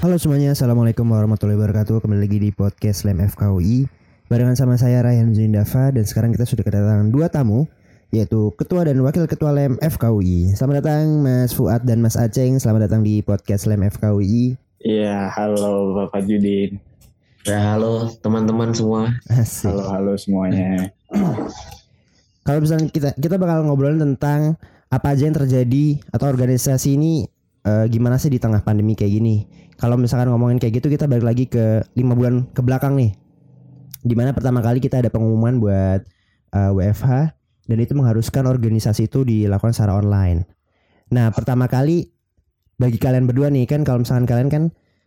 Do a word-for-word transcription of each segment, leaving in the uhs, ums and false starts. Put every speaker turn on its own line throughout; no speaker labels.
Halo semuanya, Assalamualaikum warahmatullahi wabarakatuh. Kembali lagi di podcast Lem F K U I barengan sama saya Rayhan Zindava. Dan sekarang kita sudah kedatangan dua tamu, yaitu Ketua dan Wakil Ketua Lem F K U I. Selamat datang Mas Fuad dan Mas Aceng. Selamat datang di podcast Lem F K U I.
Iya, halo Bapak Judin.
Ya, halo teman-teman semua.
Asik.
Halo halo semuanya.
Kalau misalnya kita kita bakal ngobrolin tentang apa aja yang terjadi atau organisasi ini uh, gimana sih di tengah pandemi kayak gini. Kalau misalkan ngomongin kayak gitu, kita balik lagi ke lima bulan ke belakang nih, dimana pertama kali kita ada pengumuman buat uh, W F H, dan itu mengharuskan organisasi itu dilakukan secara online. Nah, pertama kali bagi kalian berdua nih kan, kalau misalkan kalian kan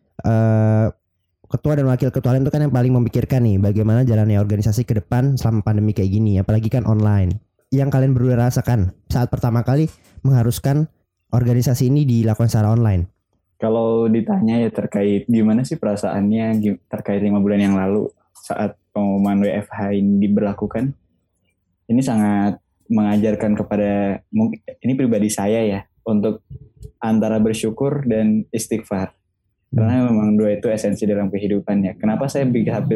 uh, ketua dan wakil ketua itu kan yang paling memikirkan nih bagaimana jalannya organisasi ke depan selama pandemi kayak gini, apalagi kan online. Yang kalian berdua rasakan saat pertama kali mengharuskan organisasi ini dilakukan secara online.
Kalau ditanya ya terkait gimana sih perasaannya terkait lima bulan yang lalu saat pengumuman W F H ini diberlakukan, ini sangat mengajarkan kepada, ini pribadi saya ya, untuk antara bersyukur dan istighfar. Karena memang dua itu esensi dalam kehidupan ya. Kenapa saya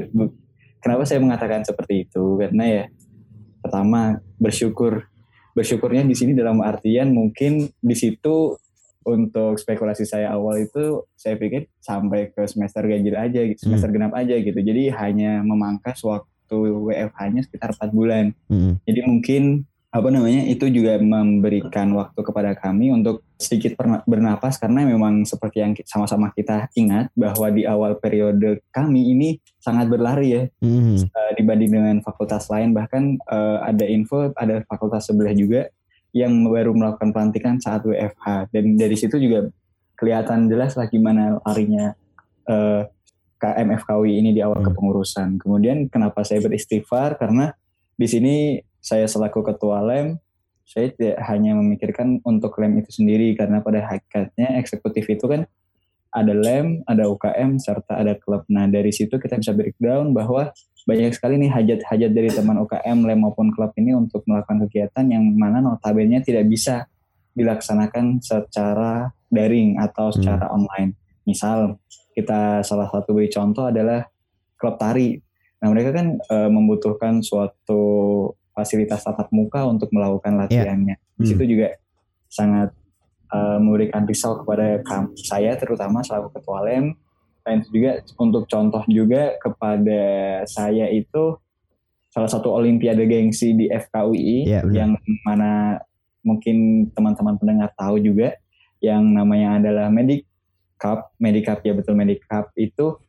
kenapa saya mengatakan seperti itu? Karena ya pertama bersyukur. Bersyukurnya di sini dalam artian mungkin di situ untuk spekulasi saya awal itu saya pikir sampai ke semester ganjil aja gitu, semester hmm. genap aja gitu. Jadi hanya memangkas waktu W F H-nya sekitar empat bulan. Hmm. Jadi mungkin apa namanya itu juga memberikan waktu kepada kami untuk sedikit bernapas, karena memang seperti yang sama-sama kita ingat bahwa di awal periode kami ini sangat berlari ya, mm-hmm. uh, dibanding dengan fakultas lain. Bahkan uh, ada info ada fakultas sebelah juga yang baru melakukan pelantikan saat W F H, dan dari situ juga kelihatan jelas lah gimana larinya uh, K M F K U I ini di awal mm. kepengurusan. Kemudian kenapa saya beristighfar, karena di sini saya selaku ketua Lem, saya tidak hanya memikirkan untuk Lem itu sendiri, karena pada hakikatnya eksekutif itu kan ada Lem, ada U K M, serta ada klub. Nah dari situ kita bisa breakdown bahwa banyak sekali nih hajat-hajat dari teman U K M, Lem maupun klub ini untuk melakukan kegiatan yang mana notabene tidak bisa dilaksanakan secara daring atau secara hmm. online. Misal kita salah satu beri contoh adalah klub tari. Nah mereka kan e, membutuhkan suatu fasilitas tatap muka untuk melakukan latihannya. Yeah. Di situ hmm. juga sangat uh, memberikan risau kepada kami, saya terutama selaku ketua Lem. Dan juga untuk contoh juga kepada saya itu salah satu olimpiade gengsi di F K U I, yeah, yang mana mungkin teman-teman pendengar tahu juga, yang namanya adalah Medic Cup. Medic Cup ya betul, Medic Cup itu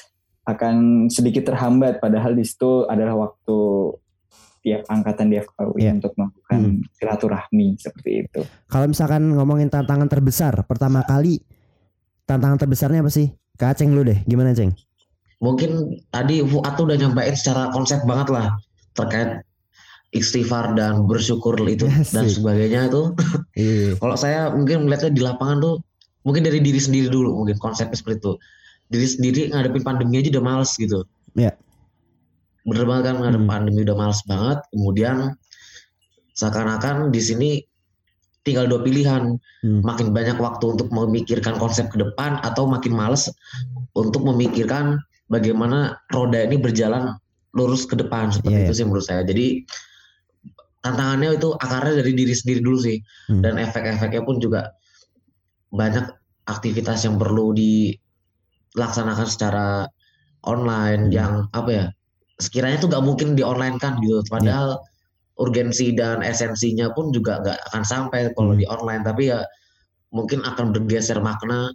akan sedikit terhambat, padahal di situ adalah waktu tiap angkatan di F K U I yeah. untuk melakukan hmm. silaturahmi seperti itu.
Kalau misalkan ngomongin tantangan terbesar, pertama kali tantangan terbesarnya apa sih? Kak Aceng dulu deh, gimana Ceng?
Mungkin tadi Fuad tuh udah nyampein secara konsep banget lah terkait istighfar dan bersyukur itu yes, dan sebagainya itu. Yeah. Kalau saya mungkin melihatnya di lapangan tuh mungkin dari diri sendiri dulu, mungkin konsepnya seperti itu. Diri sendiri ngadepin pandemi aja udah males gitu. Iya. Yeah. Bener banget kan, ngadep hmm. pandemi udah males banget. Kemudian seakan-akan di sini tinggal dua pilihan, hmm. makin banyak waktu untuk memikirkan konsep ke depan, atau makin males untuk memikirkan bagaimana roda ini berjalan lurus ke depan, seperti yeah, itu yeah. sih menurut saya. Jadi tantangannya itu akarnya dari diri sendiri dulu sih, hmm. dan efek-efeknya pun juga banyak aktivitas yang perlu dilaksanakan secara online, hmm. yang apa ya, sekiranya tuh gak mungkin di online kan gitu, padahal yeah. urgensi dan esensinya pun juga gak akan sampai kalau hmm. di online, tapi ya mungkin akan bergeser makna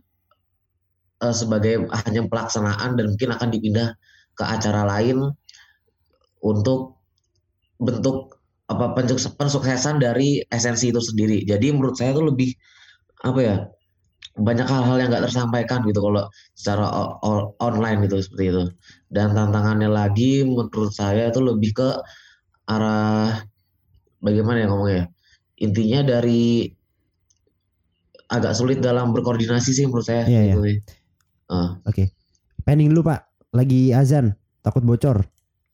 uh, sebagai hanya pelaksanaan, dan mungkin akan dipindah ke acara lain untuk bentuk apa pensuksesan dari esensi itu sendiri. Jadi menurut saya tuh lebih apa ya, banyak hal-hal yang nggak tersampaikan gitu kalau secara o- o- online gitu, seperti itu. Dan tantangannya lagi menurut saya itu lebih ke arah bagaimana ya ngomongnya, intinya dari agak sulit dalam berkoordinasi sih menurut saya.
Iya,
gitu.
Iya. Uh. Oke, okay. Pending dulu Pak, lagi azan, takut bocor.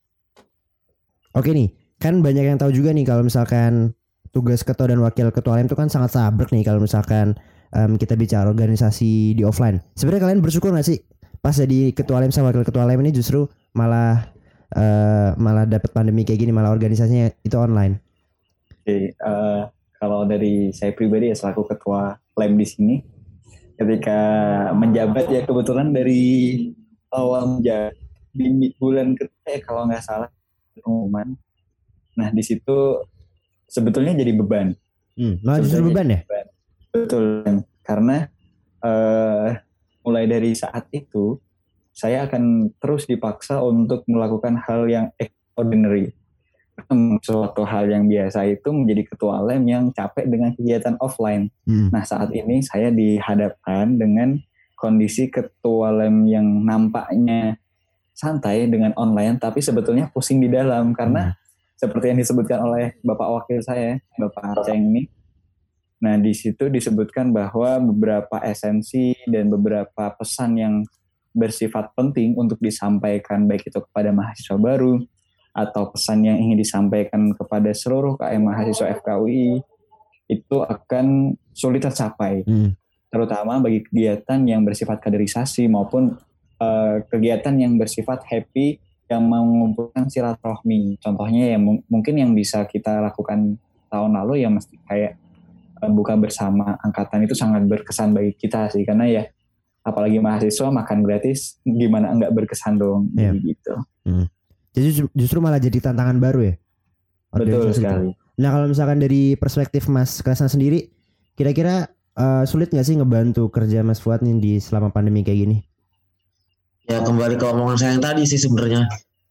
Oke nih, kan banyak yang tahu juga nih kalau misalkan tugas ketua dan wakil ketua Lem itu kan sangat sabrek nih kalau misalkan um, kita bicara organisasi di offline. Sebenarnya kalian bersyukur nggak sih pas jadi ketua lem sama wakil ketua lem ini justru malah uh, malah dapat pandemi kayak gini, malah organisasinya itu online?
Oke, okay, uh, kalau dari saya pribadi ya selaku ketua lem di sini, ketika menjabat ya kebetulan dari awal menjabat di bulan ketiga eh, kalau nggak salah pengumuman. Nah di situ sebetulnya jadi beban.
Hmm, malah justru beban ya?
Beban. Betul, karena uh, mulai dari saat itu saya akan terus dipaksa untuk melakukan hal yang extraordinary. Suatu hal yang biasa itu menjadi ketua lem yang capek dengan kegiatan offline. Hmm. Nah saat ini saya dihadapkan dengan kondisi ketua lem yang nampaknya santai dengan online, tapi sebetulnya pusing di dalam karena hmm. seperti yang disebutkan oleh Bapak Wakil saya, Bapak Aceng ini. Nah, di situ disebutkan bahwa beberapa esensi dan beberapa pesan yang bersifat penting untuk disampaikan baik itu kepada mahasiswa baru atau pesan yang ingin disampaikan kepada seluruh K M mahasiswa F K U I itu akan sulit tercapai. Hmm. Terutama bagi kegiatan yang bersifat kaderisasi maupun uh, kegiatan yang bersifat happy yang mengumpulkan silaturahmi. Contohnya ya m- mungkin yang bisa kita lakukan tahun lalu ya mesti kayak uh, buka bersama angkatan itu sangat berkesan bagi kita sih, karena ya apalagi mahasiswa makan gratis gimana enggak berkesan dong, yeah. gitu. Hmm.
Jadi justru malah jadi tantangan baru ya.
Betul sekali.
Itu. Nah kalau misalkan dari perspektif Mas Kresna sendiri, kira-kira uh, sulit nggak sih ngebantu kerja Mas Fuad nih di selama pandemi kayak gini?
Ya kembali ke omongan saya yang tadi sih sebenarnya.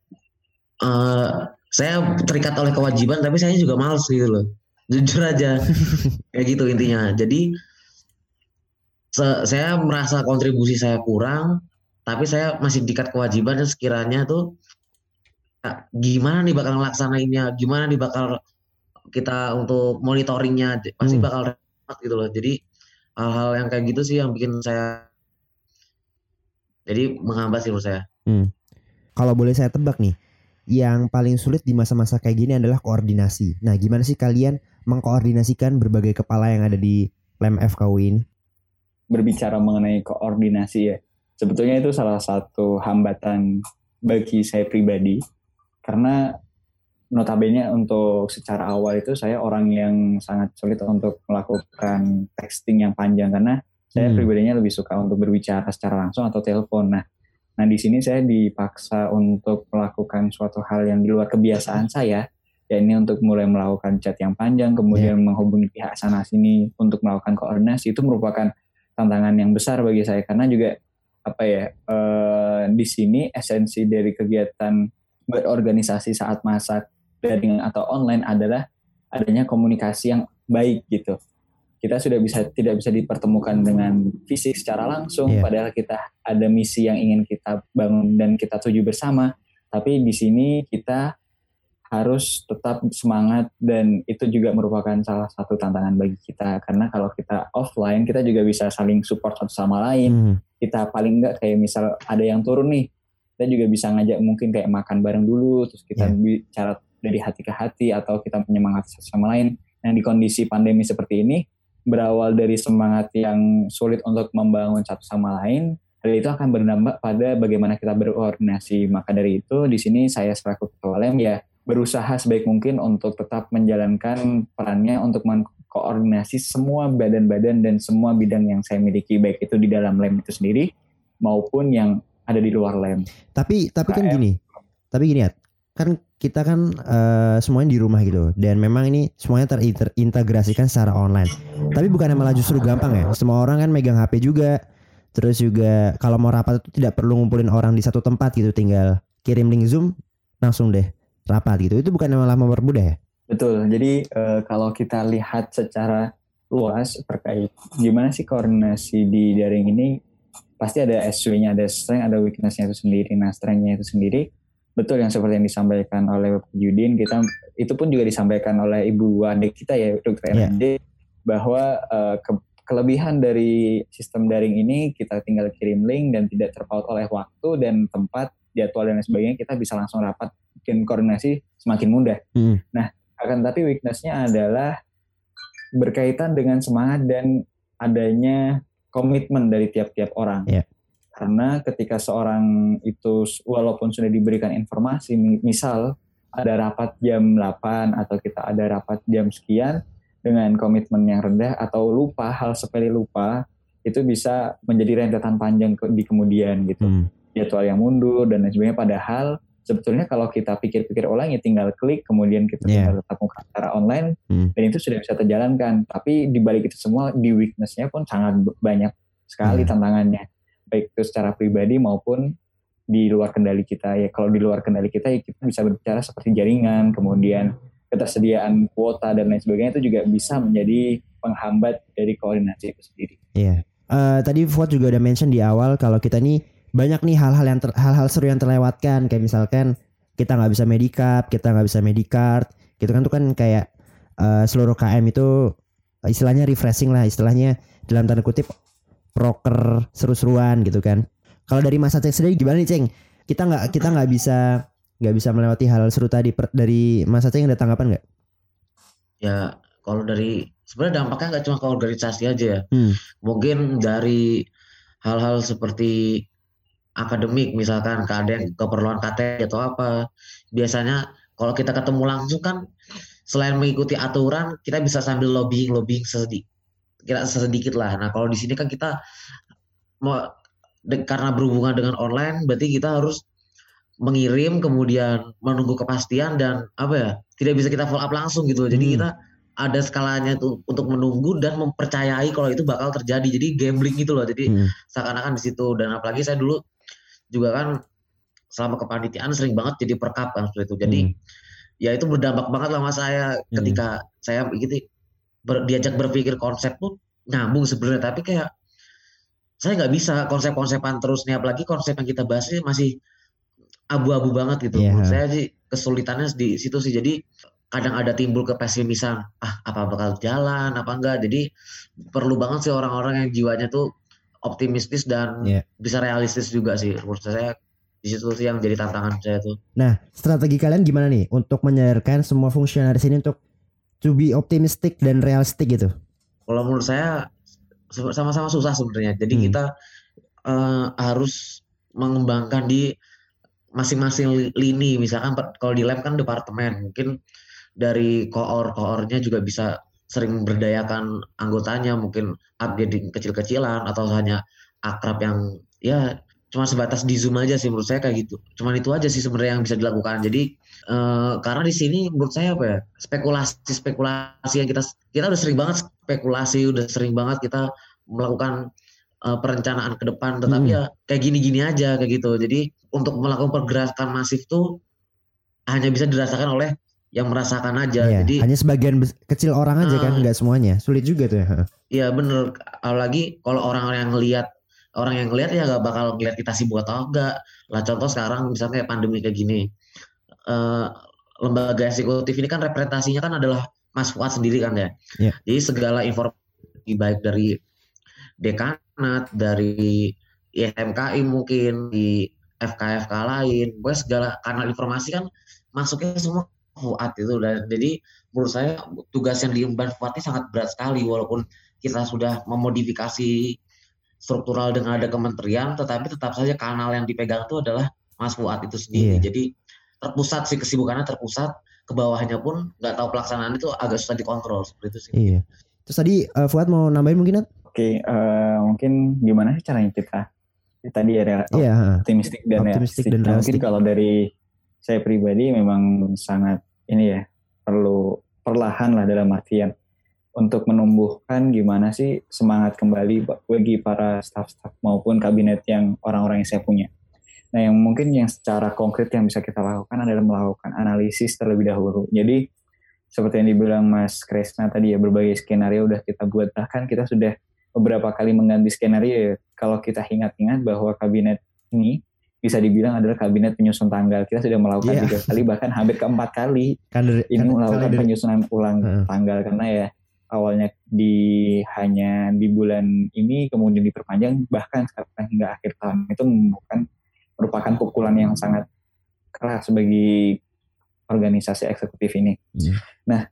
Uh, saya terikat oleh kewajiban tapi saya juga malas gitu loh. Jujur aja. Kayak gitu intinya. Jadi se- saya merasa kontribusi saya kurang, tapi saya masih terikat kewajiban dan sekiranya tuh ya, gimana nih bakal ngelaksanainnya, gimana nih bakal kita untuk monitoringnya pasti hmm. bakal repot gitu loh. Jadi hal-hal yang kayak gitu sih yang bikin saya jadi menghambat sih menurut saya.
Hmm. Kalau boleh saya tebak nih, yang paling sulit di masa-masa kayak gini adalah koordinasi. Nah, gimana sih kalian mengkoordinasikan berbagai kepala yang ada di Lem F K U I ini?
Berbicara mengenai koordinasi ya, sebetulnya itu salah satu hambatan bagi saya pribadi. Karena notabene untuk secara awal itu saya orang yang sangat sulit untuk melakukan texting yang panjang karena saya hmm. pribadinya lebih suka untuk berbicara secara langsung atau telepon. Nah, nah di sini saya dipaksa untuk melakukan suatu hal yang di luar kebiasaan saya, ya ini untuk mulai melakukan chat yang panjang, kemudian yeah. menghubungi pihak sana sini untuk melakukan koordinasi. Itu merupakan tantangan yang besar bagi saya karena juga apa ya eh, di sini esensi dari kegiatan berorganisasi saat masa daring atau online adalah adanya komunikasi yang baik gitu. Kita sudah bisa tidak bisa dipertemukan dengan fisik secara langsung, yeah. padahal kita ada misi yang ingin kita bangun dan kita tuju bersama. Tapi di sini kita harus tetap semangat dan itu juga merupakan salah satu tantangan bagi kita karena kalau kita offline kita juga bisa saling support satu sama lain. Mm. Kita paling enggak kayak misal ada yang turun nih, kita juga bisa ngajak mungkin kayak makan bareng dulu, terus kita yeah. bicara dari hati ke hati atau kita menyemangati satu sama lain. Nah di kondisi pandemi seperti ini berawal dari semangat yang sulit untuk membangun satu sama lain, hal itu akan berdampak pada bagaimana kita berkoordinasi. Maka dari itu di sini saya selaku ketua lem ya berusaha sebaik mungkin untuk tetap menjalankan perannya untuk mengkoordinasi semua badan-badan dan semua bidang yang saya miliki baik itu di dalam lem itu sendiri maupun yang ada di luar lem.
Tapi tapi kan gini, tapi gini ya, kan kita kan uh, semuanya di rumah gitu dan memang ini semuanya terintegrasikan secara online. Tapi bukannya malah justru gampang ya? Semua orang kan megang H P juga. Terus juga kalau mau rapat itu tidak perlu ngumpulin orang di satu tempat gitu, tinggal kirim link Zoom langsung deh rapat gitu. Itu bukannya malah mempermudah ya?
Betul. Jadi uh, kalau kita lihat secara luas terkait gimana sih koordinasi di daring ini, pasti ada S W-nya, ada strength, ada weakness-nya itu sendiri. Nah, strength-nya itu sendiri betul yang seperti yang disampaikan oleh Bapak Yudin, kita itu pun juga disampaikan oleh Ibu adik kita ya, Dokter M D, yeah. bahwa uh, ke, kelebihan dari sistem daring ini kita tinggal kirim link dan tidak terpaut oleh waktu dan tempat, jadwal dan sebagainya, kita bisa langsung rapat, bikin koordinasi semakin mudah. Mm. Nah, akan tapi weakness-nya adalah berkaitan dengan semangat dan adanya komitmen dari tiap-tiap orang.
Yeah.
Karena ketika seorang itu walaupun sudah diberikan informasi, misal ada rapat jam delapan atau kita ada rapat jam sekian, dengan komitmen yang rendah atau lupa, hal sepele lupa, itu bisa menjadi rentetan panjang di kemudian gitu. Hmm. Jadwal yang mundur dan lain sebagainya, padahal sebetulnya kalau kita pikir-pikir ulang ya tinggal klik, kemudian kita yeah. tinggal tetap muka secara online, hmm. dan itu sudah bisa terjalankan. Tapi di balik itu semua, di weakness-nya pun sangat banyak sekali yeah. tantangannya. Baik itu secara pribadi maupun di luar kendali kita. Ya kalau di luar kendali kita ya kita bisa berbicara seperti jaringan, kemudian ketersediaan kuota dan lain sebagainya, itu juga bisa menjadi penghambat dari koordinasi itu sendiri.
Iya. Uh, tadi Fuad juga udah mention di awal kalau kita nih banyak nih hal-hal yang ter, hal-hal seru yang terlewatkan, kayak misalkan kita nggak bisa Medicap, kita nggak bisa Medicard, gitu kan, tuh kan kayak uh, seluruh K M itu istilahnya refreshing lah, istilahnya dalam tanda kutip proker seru-seruan gitu kan. Kalau dari Mas Aceng sendiri gimana nih Ceng? Kita nggak kita nggak bisa nggak bisa melewati hal seru tadi. Per, dari Mas Aceng ada tanggapan nggak?
Ya kalau dari sebenarnya dampaknya nggak cuma ke organisasi aja ya. Hmm. Mungkin dari hal-hal seperti akademik, misalkan keadaan keperluan K T atau apa. Biasanya kalau kita ketemu langsung kan selain mengikuti aturan, kita bisa sambil lobbying lobbying sedikit. Kira sedikit lah. Nah kalau di sini kan kita mau de, karena berhubungan dengan online, berarti kita harus mengirim, kemudian menunggu kepastian dan apa ya, tidak bisa kita follow up langsung gitu. Jadi hmm. kita ada skalanya tuh untuk menunggu dan mempercayai kalau itu bakal terjadi. Jadi gambling gitu loh. Jadi hmm. seakan-akan di situ. Dan apalagi saya dulu juga kan selama kepanitiaan sering banget jadi perkap kan seperti itu. Jadi hmm. ya itu berdampak banget lah mas saya hmm. ketika saya gitu ber, diajak berpikir konsep tuh nyambung sebenarnya, tapi kayak saya nggak bisa konsep-konsepan terus nih, apalagi konsep yang kita bahas ini masih abu-abu banget gitu. Yeah. Saya sih kesulitannya di situ sih. Jadi kadang ada timbul kepesimisan, ah apa bakal jalan apa enggak. Jadi perlu banget sih orang-orang yang jiwanya tuh optimistis dan yeah. bisa realistis juga sih. Menurut saya di situ sih yang jadi tantangan saya tuh.
Nah, strategi kalian gimana nih untuk menyadarkan semua fungsionaris ini untuk to be optimistic dan realistic gitu?
Kalau menurut saya sama-sama susah sebenarnya. Jadi hmm. kita uh, harus mengembangkan di masing-masing lini. Misalkan kalau di lab kan departemen, mungkin dari koor-koornya juga bisa sering berdayakan anggotanya, mungkin upgrading kecil-kecilan atau hanya akrab yang ya cuma sebatas di Zoom aja sih, menurut saya kayak gitu. Cuman itu aja sih sebenarnya yang bisa dilakukan. Jadi uh, karena di sini menurut saya apa ya, spekulasi-spekulasi yang kita kita udah sering banget spekulasi, udah sering banget kita melakukan uh, perencanaan ke depan, tetapi hmm. ya kayak gini-gini aja kayak gitu. Jadi untuk melakukan pergerakan masif tuh hanya bisa dirasakan oleh yang merasakan aja.
Iya,
jadi
hanya sebagian kecil orang aja uh, kan, nggak semuanya. Sulit juga tuh ya.
Iya bener. Apalagi kalau orang yang ngelihat orang yang ngelihat ya nggak bakal ngelihat kita sibuk atau enggak. Lah contoh sekarang misalnya kayak pandemi kayak gini, uh, lembaga eksekutif ini kan representasinya kan adalah Mas Fuad sendiri kan ya. Yeah. Jadi segala informasi baik dari dekanat, dari I M K I mungkin, di F K F K lain, gue segala kanal informasi kan masuknya semua Fuad itu. Dan jadi menurut saya tugas yang diemban Fuad ini sangat berat sekali, walaupun kita sudah memodifikasi struktural dengan ada kementerian, tetapi tetap saja kanal yang dipegang itu adalah Mas Fuad itu sendiri. Yeah. Jadi terpusat sih, kesibukannya terpusat, ke bawahnya pun nggak tahu pelaksanaan itu agak susah dikontrol seperti itu sih.
Iya. Terus tadi uh, Fuad mau nambahin mungkin? Oke,
okay, uh, mungkin gimana sih caranya kita tadi ya
yeah.
optimistik dan
optimistik
realistik.
Dan
nah, mungkin kalau dari saya pribadi memang sangat ini ya, perlu perlahan lah dalam artian untuk menumbuhkan gimana sih semangat kembali bagi para staf-staf maupun kabinet yang orang-orang yang saya punya. Nah yang mungkin yang secara konkret yang bisa kita lakukan adalah melakukan analisis terlebih dahulu. Jadi seperti yang dibilang Mas Kresna tadi ya, berbagai skenario udah kita buat, bahkan kita sudah beberapa kali mengganti skenario ya. Kalau kita ingat-ingat bahwa kabinet ini bisa dibilang adalah kabinet penyusun tanggal. Kita sudah melakukan yeah. tiga kali, bahkan hampir keempat kali kan dari, ini kan, melakukan dari, penyusunan ulang uh. tanggal, karena ya awalnya di hanya di bulan ini kemudian diperpanjang bahkan sekarang hingga akhir tahun. Itu bukan merupakan pukulan yang sangat keras bagi organisasi eksekutif ini. Hmm. Nah,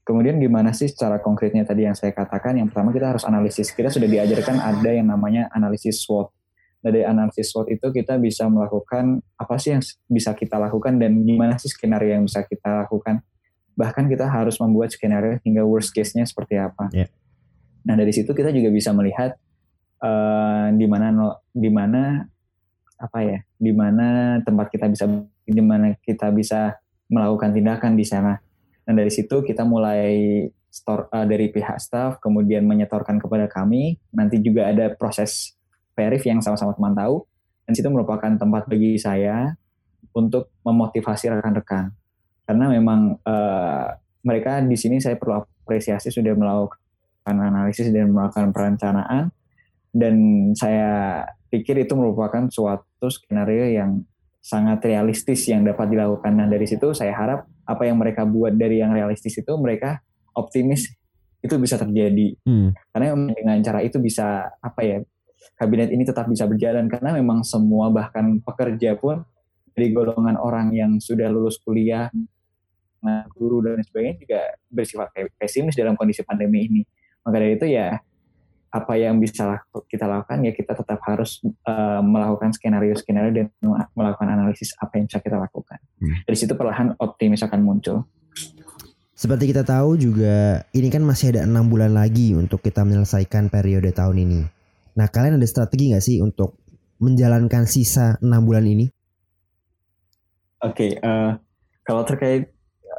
kemudian gimana sih secara konkretnya tadi yang saya katakan? Yang pertama kita harus analisis. Kita sudah diajarkan ada yang namanya analisis SWOT. Dari analisis SWOT itu kita bisa melakukan apa sih yang bisa kita lakukan dan gimana sih skenario yang bisa kita lakukan. Bahkan kita harus membuat skenario hingga worst case-nya seperti apa. Yeah. Nah dari situ kita juga bisa melihat uh, di mana di mana apa ya, di mana tempat kita bisa, di mana kita bisa melakukan tindakan di sana. Dan dari situ kita mulai store uh, dari pihak staff, kemudian menyetorkan kepada kami. Nanti juga ada proses verif yang sama-sama teman tahu. Dan situ merupakan tempat bagi saya untuk memotivasi rekan-rekan. Karena memang uh, mereka di sini saya perlu apresiasi sudah melakukan analisis dan melakukan perencanaan. Dan saya pikir itu merupakan suatu skenario yang sangat realistis yang dapat dilakukan. Nah dari situ saya harap apa yang mereka buat dari yang realistis itu mereka optimis itu bisa terjadi. Hmm. Karena dengan cara itu bisa apa ya, kabinet ini tetap bisa berjalan karena memang semua bahkan pekerja pun dari golongan orang yang sudah lulus kuliah, nah, guru dan sebagainya juga bersifat pesimis dalam kondisi pandemi ini. Maka dari itu ya apa yang bisa kita lakukan ya kita tetap harus uh, melakukan skenario-skenario dan melakukan analisis apa yang bisa kita lakukan. Hmm. Dari situ perlahan optimis akan muncul.
Seperti kita tahu juga ini kan masih ada enam bulan lagi untuk kita menyelesaikan periode tahun ini. Nah kalian ada strategi nggak sih untuk menjalankan sisa enam bulan ini?
Oke, okay, uh, kalau terkait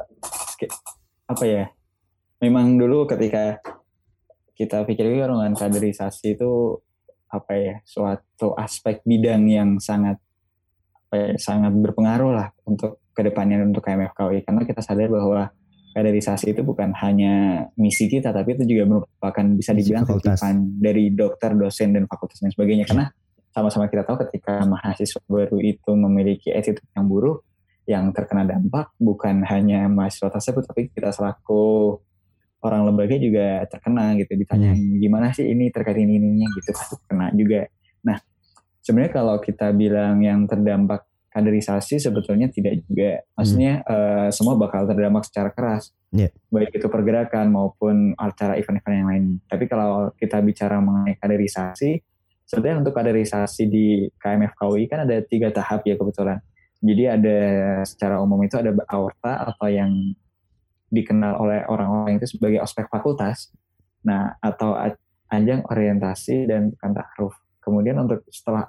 apa ya, memang dulu ketika kita pikir-pikir dengan kaderisasi itu apa ya, suatu aspek bidang yang sangat apa ya, sangat berpengaruh lah untuk kedepannya untuk K M F K U I, karena kita sadar bahwa kaderisasi itu bukan hanya misi kita, tapi itu juga merupakan bisa dibilang titipan dari dokter, dosen dan fakultas dan sebagainya. Karena sama-sama kita tahu ketika mahasiswa baru itu memiliki attitude yang buruk, yang terkena dampak bukan hanya mahasiswa tersebut, tapi kita selaku orang lembaga juga terkena gitu, ditanya hmm. gimana sih ini terkait ini ininya gitu, pasti kena juga. Nah sebenarnya kalau kita bilang yang terdampak kaderisasi sebetulnya tidak juga, maksudnya hmm. uh, semua bakal terdampak secara keras, yeah. baik itu pergerakan maupun acara event-event yang lain. Tapi kalau kita bicara mengenai kaderisasi, sebenarnya untuk kaderisasi di K M F K U I kan ada tiga tahap ya kebetulan. Jadi ada secara umum itu ada aorta atau yang dikenal oleh orang-orang itu sebagai ospek fakultas, nah atau ajang orientasi dan bukan takruf. Kemudian untuk setelah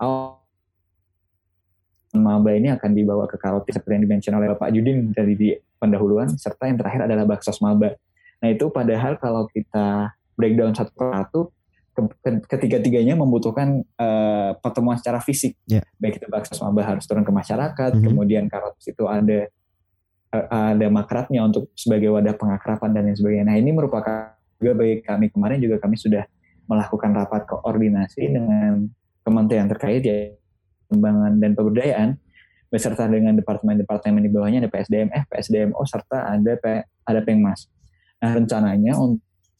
maba ini akan dibawa ke karotis seperti yang dimention oleh Bapak Judin dari di pendahuluan, serta yang terakhir adalah baksos maba. Nah itu padahal kalau kita breakdown satu persatu, ketiga-tiganya membutuhkan uh, pertemuan secara fisik, yeah. baik itu baksos maba harus turun ke masyarakat, mm-hmm. kemudian karotis itu ada ada makrabnya untuk sebagai wadah pengakraban dan lain sebagainya. Nah ini merupakan juga bagi kami kemarin juga kami sudah melakukan rapat koordinasi dengan kementerian terkait ya Pengembangan dan Pemberdayaan beserta dengan departemen-departemen di bawahnya, ada P S D M F, P S D M O serta ada P, ada Pengmas. Nah rencananya untuk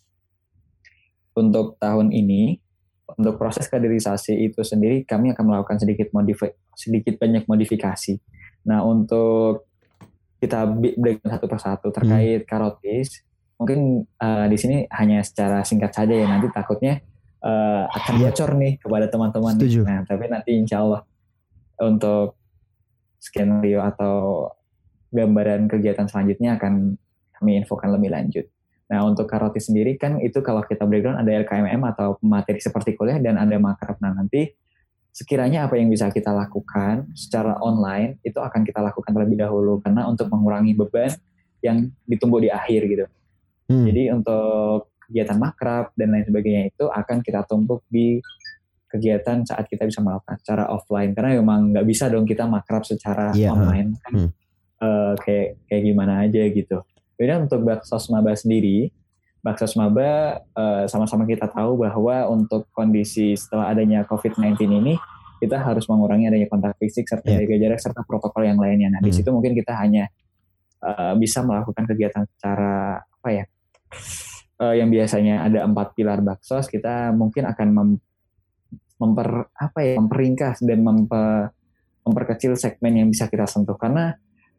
untuk tahun ini untuk proses kaderisasi itu sendiri kami akan melakukan sedikit modif- sedikit banyak modifikasi. Nah untuk kita breakdown satu persatu terkait hmm. karotis, mungkin uh, di sini hanya secara singkat saja ya, nanti takutnya uh, akan bocor nih kepada teman-teman. Setuju. Nah, tapi nanti insya Allah untuk skenario atau gambaran kegiatan selanjutnya akan kami infokan lebih lanjut. Nah, untuk karotis sendiri kan itu kalau kita breakdown ada L K M M atau materi seperti kuliah dan ada makrab. Nah, nanti sekiranya apa yang bisa kita lakukan secara online itu akan kita lakukan terlebih dahulu karena untuk mengurangi beban yang ditumpuk di akhir gitu. Hmm. Jadi untuk kegiatan makrab dan lain sebagainya itu akan kita tumpuk di kegiatan saat kita bisa melakukan secara offline karena memang nggak bisa dong kita makrab secara yeah. online kan hmm. uh, kayak kayak gimana aja gitu. Kemudian untuk baksos maba sendiri, baksos maba uh, sama-sama kita tahu bahwa untuk kondisi setelah adanya covid sembilan belas ini kita harus mengurangi adanya kontak fisik serta yeah. jaga jarak serta protokol yang lainnya. Nah hmm. di situ mungkin kita hanya uh, bisa melakukan kegiatan secara apa ya uh, yang biasanya ada empat pilar baksos, kita mungkin akan mem- memper apa ya memperingkas dan memper, memperkecil segmen yang bisa kita sentuh karena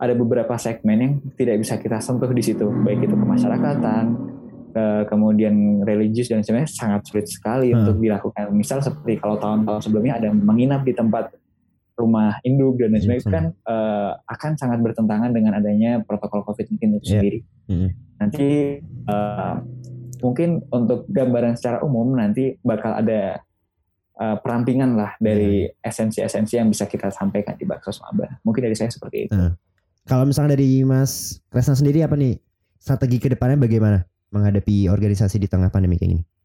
ada beberapa segmen yang tidak bisa kita sentuh di situ, baik itu kemasyarakatan, ke, kemudian religius dan sebagainya, sangat sulit sekali hmm. untuk dilakukan. Misal seperti kalau tahun-tahun sebelumnya ada menginap di tempat rumah induk dan sebagainya, hmm. kan uh, akan sangat bertentangan dengan adanya protokol COVID mungkin itu yeah. sendiri. Hmm. Nanti uh, mungkin untuk gambaran secara umum nanti bakal ada uh, perampingan lah dari hmm. esensi-esensi yang bisa kita sampaikan di Baksos Maba. Mungkin dari saya seperti itu. Hmm.
Kalau misalnya dari Mas Kresna sendiri apa nih strategi ke depannya bagaimana menghadapi organisasi di tengah pandemi kayak gini?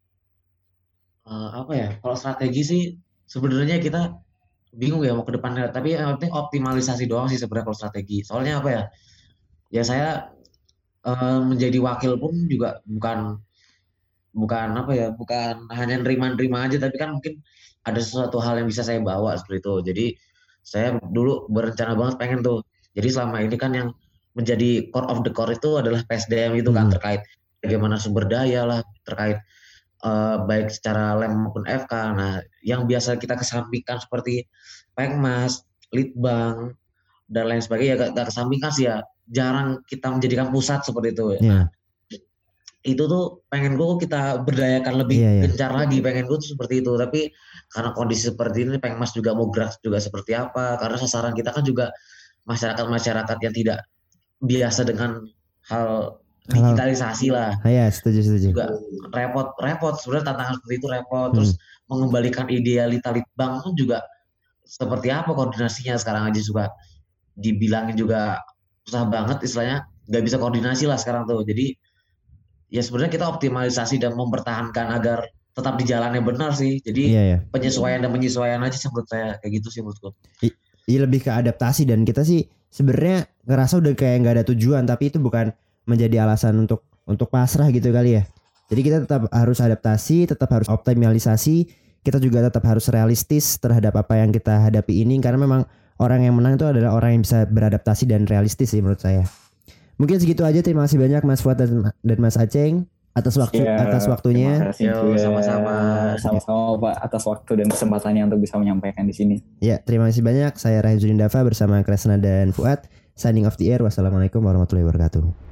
Uh, apa ya? Kalau strategi sih sebenarnya kita bingung ya mau ke depannya. Tapi yang penting optimalisasi doang sih sebenarnya kalau strategi. Soalnya apa ya? Ya saya uh, menjadi wakil pun juga bukan bukan apa ya? Bukan hanya nerima-nerima aja. Tapi kan mungkin ada sesuatu hal yang bisa saya bawa seperti itu. Jadi saya dulu berencana banget pengen tuh. Jadi selama ini kan yang menjadi core of the core itu adalah P S D M itu kan hmm. terkait bagaimana sumber daya lah, terkait uh, baik secara lem maupun F K. Nah, yang biasa kita kesampingkan seperti Pengmas, Litbang, dan lain sebagainya, gak, gak kesampingkan sih ya. Jarang kita menjadikan pusat seperti itu ya. Yeah. Itu tuh pengen gue kita berdayakan lebih yeah, yeah. gencar lagi, pengen gue tuh seperti itu. Tapi karena kondisi seperti ini, Pengmas juga mau gerak juga seperti apa. Karena sasaran kita kan juga masyarakat-masyarakat yang tidak biasa dengan hal digitalisasi lah.
Ah, ya, setuju setuju.
Juga repot, repot sebenarnya tantangan seperti itu repot. Hmm. Terus mengembalikan idealita Litbang pun juga seperti apa koordinasinya sekarang aja juga dibilangin juga susah banget istilahnya, nggak bisa koordinasi lah sekarang tuh. Jadi ya sebenarnya kita optimalisasi dan mempertahankan agar tetap di jalannya benar sih. Jadi iya, iya. penyesuaian dan penyesuaian aja menurut saya kayak gitu sih menurutku.
Iya lebih ke adaptasi dan kita sih sebenarnya ngerasa udah kayak nggak ada tujuan tapi itu bukan menjadi alasan untuk untuk pasrah gitu kali ya. Jadi kita tetap harus adaptasi, tetap harus optimalisasi, kita juga tetap harus realistis terhadap apa yang kita hadapi ini karena memang orang yang menang itu adalah orang yang bisa beradaptasi dan realistis sih menurut saya. Mungkin segitu aja, terima kasih banyak Mas Fuad dan, dan Mas Aceng atas waktu ya, atas waktunya.
Yo, sama-sama sama-sama Pak atas waktu dan kesempatannya untuk bisa menyampaikan di sini.
Ya, terima kasih banyak. Saya Rahim Zudin Dava bersama Kresna dan Fuad. Signing off the air. Wassalamualaikum warahmatullahi wabarakatuh.